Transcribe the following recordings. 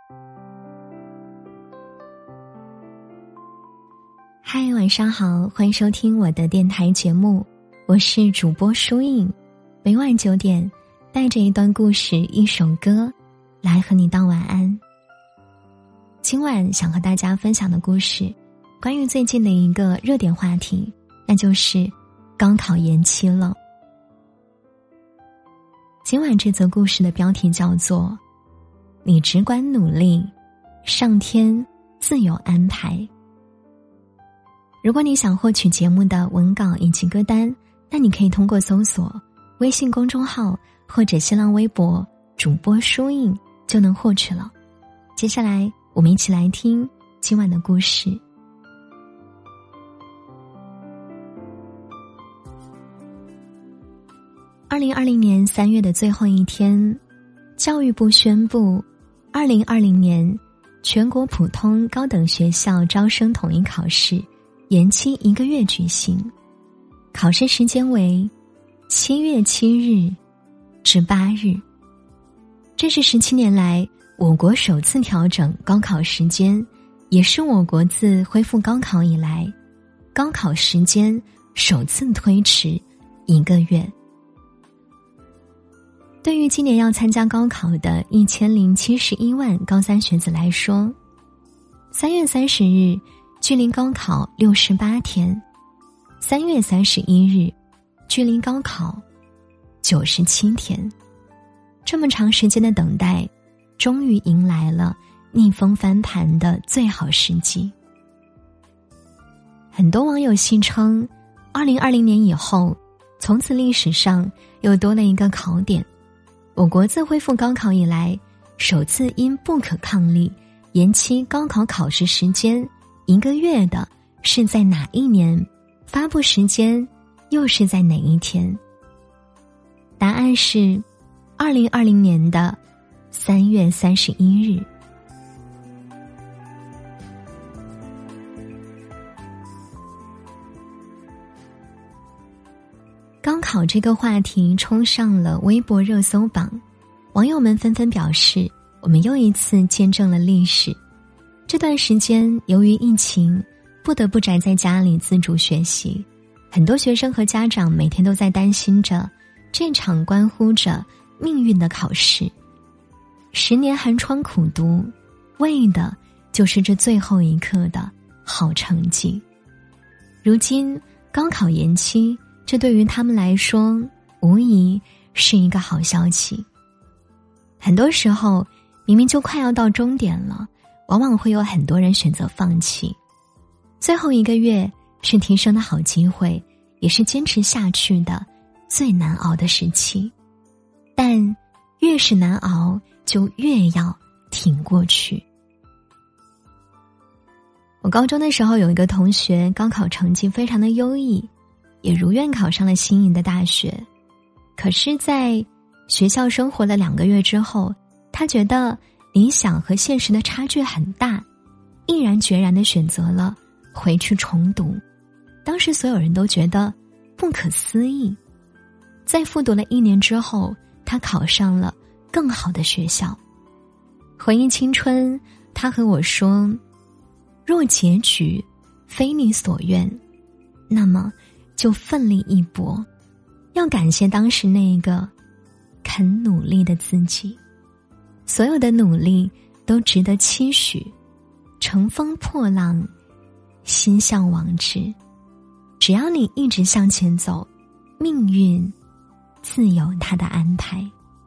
嗨，晚上好，欢迎收听我的电台节目，我是主播舒影，每晚9点带着一段故事一首歌来和你道晚安。今晚想和大家分享的故事关于最近的一个热点话题，那就是高考延期了。今晚这则故事的标题叫做你只管努力，上天自有安排。如果你想获取节目的文稿以及歌单，那你可以通过搜索微信公众号或者新浪微博主播舒影就能获取了。接下来我们一起来听今晚的故事。2020年3月的最后一天，教育部宣布2020年全国普通高等学校招生统一考试延期1个月举行，考试时间为7月7日至8日。这是17年来我国首次调整高考时间，也是我国自恢复高考以来，高考时间首次推迟1个月。对于今年要参加高考的1071万高三学子来说，3月30日距离高考68天，3月31日距离高考97天。这么长时间的等待，终于迎来了逆风翻盘的最好时机。很多网友戏称2020年以后，从此历史上又多了一个考点。我国自恢复高考以来，首次因不可抗力延期高考考试时间1个月的是在哪一年？发布时间又是在哪一天？答案是2020年的3月31日。高考这个话题冲上了微博热搜榜，网友们纷纷表示，我们又一次见证了历史。这段时间由于疫情，不得不宅在家里自主学习，很多学生和家长每天都在担心着这场关乎着命运的考试。10年寒窗苦读，为的就是这最后一刻的好成绩。如今高考延期，这对于他们来说无疑是一个好消息。很多时候明明就快要到终点了，往往会有很多人选择放弃。最后1个月是提升的好机会，也是坚持下去的最难熬的时期。但越是难熬，就越要挺过去。我高中的时候有一个同学，高考成绩非常的优异，也如愿考上了心仪的大学。可是在学校生活了2个月之后，他觉得理想和现实的差距很大，毅然决然地选择了回去重读。当时所有人都觉得不可思议。在复读了1年之后，他考上了更好的学校。回忆青春，他和我说，若结局非你所愿，那么就奋力一搏，要感谢当时那个肯努力的自己。所有的努力都值得期许，乘风破浪，心向往之。只要你一直向前走，命运自有它的安排。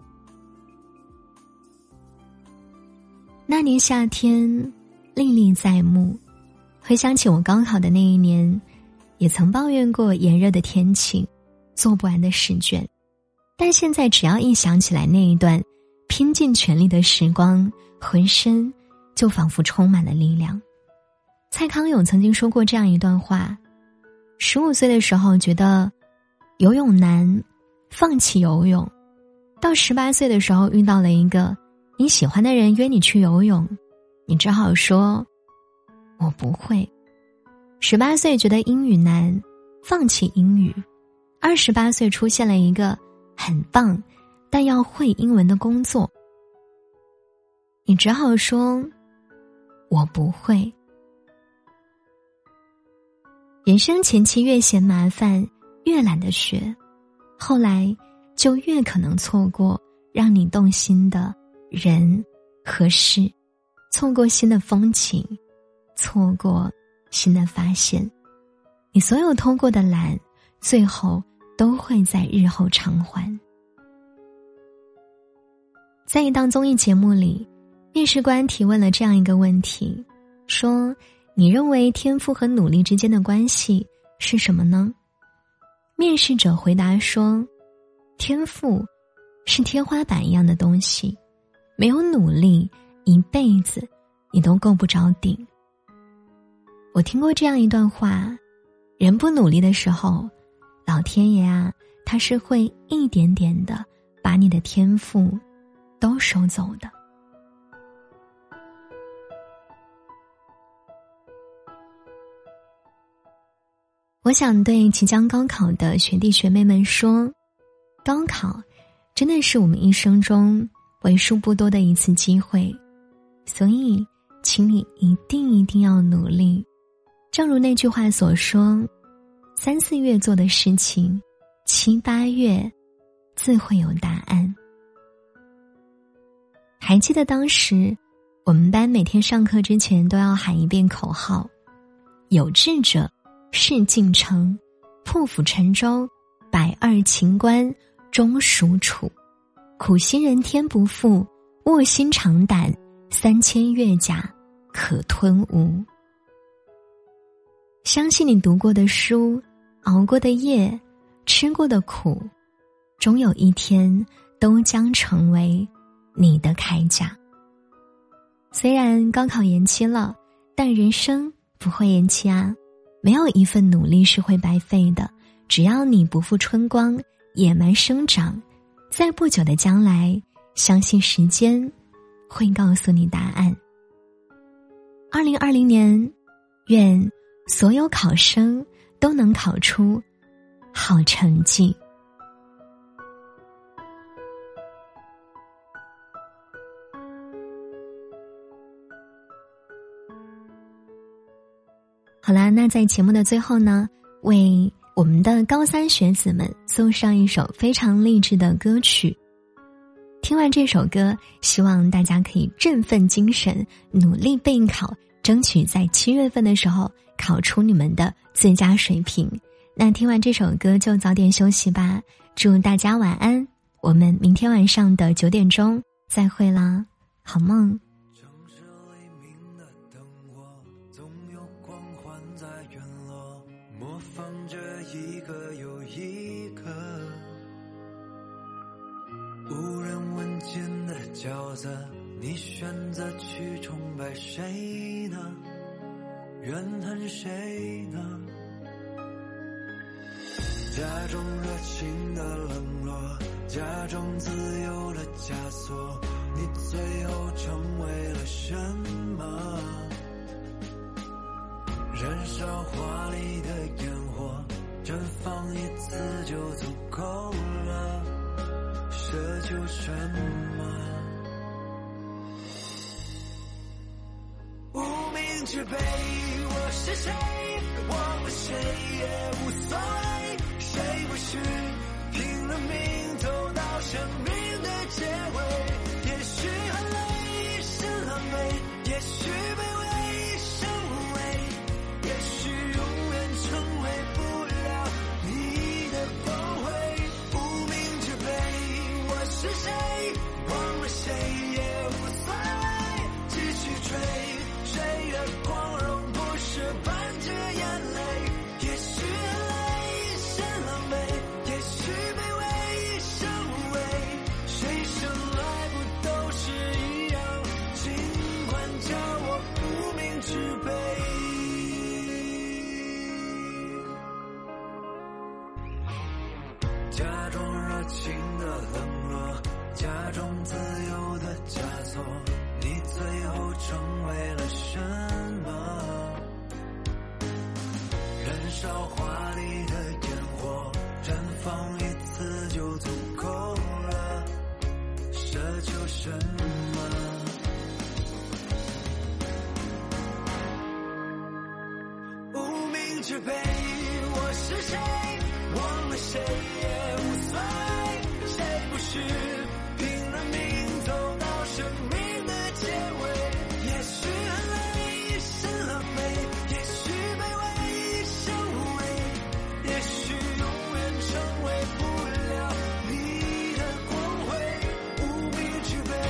那年夏天历历在目，回想起我高考的那一年，也曾抱怨过炎热的天气，做不完的试卷，但现在只要一想起来那一段拼尽全力的时光，浑身就仿佛充满了力量。蔡康永曾经说过这样一段话：15岁的时候觉得游泳难，放弃游泳；到18岁的时候遇到了一个你喜欢的人约你去游泳，你只好说我不会。18岁觉得英语难，放弃英语。28岁出现了一个很棒但要会英文的工作。 你只好说我不会。人生前期越嫌麻烦，越懒得学，后来就越可能错过让你动心的人和事，错过新的风景，错过新的发现。你所有偷过的懒，最后都会在日后偿还。在一档综艺节目里，面试官提问了这样一个问题，说你认为天赋和努力之间的关系是什么呢？面试者回答说，天赋是天花板一样的东西，没有努力，一辈子你都够不着顶。我听过这样一段话，人不努力的时候，老天爷啊，他是会一点点的把你的天赋都收走的。我想对即将高考的学弟学妹们说，高考真的是我们一生中为数不多的一次机会，所以请你一定要努力。正如那句话所说，3、4月做的事情，7、8月自会有答案。还记得当时我们班每天上课之前都要喊一遍口号，有志者事竟成，破釜沉舟，百二秦关终属楚，苦心人天不负，卧薪尝胆，3000越甲可吞吴。相信你读过的书，熬过的夜，吃过的苦，终有一天都将成为你的铠甲。虽然高考延期了，但人生不会延期啊，没有一份努力是会白费的，只要你不负春光，野蛮生长，在不久的将来，相信时间会告诉你答案。2020年，愿所有考生都能考出好成绩。好啦，那在节目的最后呢，为我们的高3学子们送上一首非常励志的歌曲。听完这首歌，希望大家可以振奋精神，努力备考，争取在7月份的时候考出你们的最佳水平。那听完这首歌就早点休息吧，祝大家晚安，我们明天晚上的9点钟再会啦，好梦。 模仿着一个又一个无人问津的角色，你选择去崇拜谁呢？怨恨谁呢？假装热情的冷落，假装自由的枷锁，你最后成为了什么？燃烧华丽的烟火，绽放一次就足够了，奢求什么？无名之辈，我是谁？忘了谁也无所谓，谁不是拼了命走到生命的结尾？也许很累，是狼狈，也许卑微，是无畏，也许永远成为不了你的光辉。无名之辈，我是谁？忘了谁也无所谓，继续追，谁的光荣不是伴着眼泪？也许很累，是狼狈，也许卑微，是无畏，谁生来不之辈，我是谁？忘了谁也无所谓，谁不是拼了命走到生命的结尾？也许很累，很狼狈，也许卑微受委，也许永远成为不了你的光辉，无名之辈。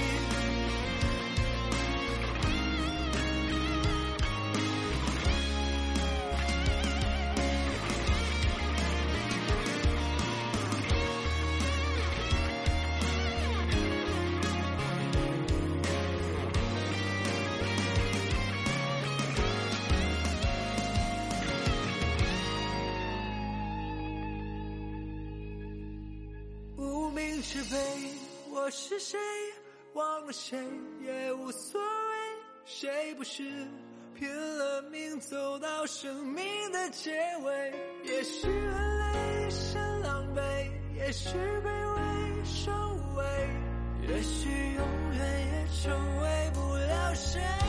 无名之辈，我是谁？忘了谁也无所谓，谁不是拼了命走到生命的结尾？也许很累，很狼狈，也许卑微受委，也许永远也成为不了谁。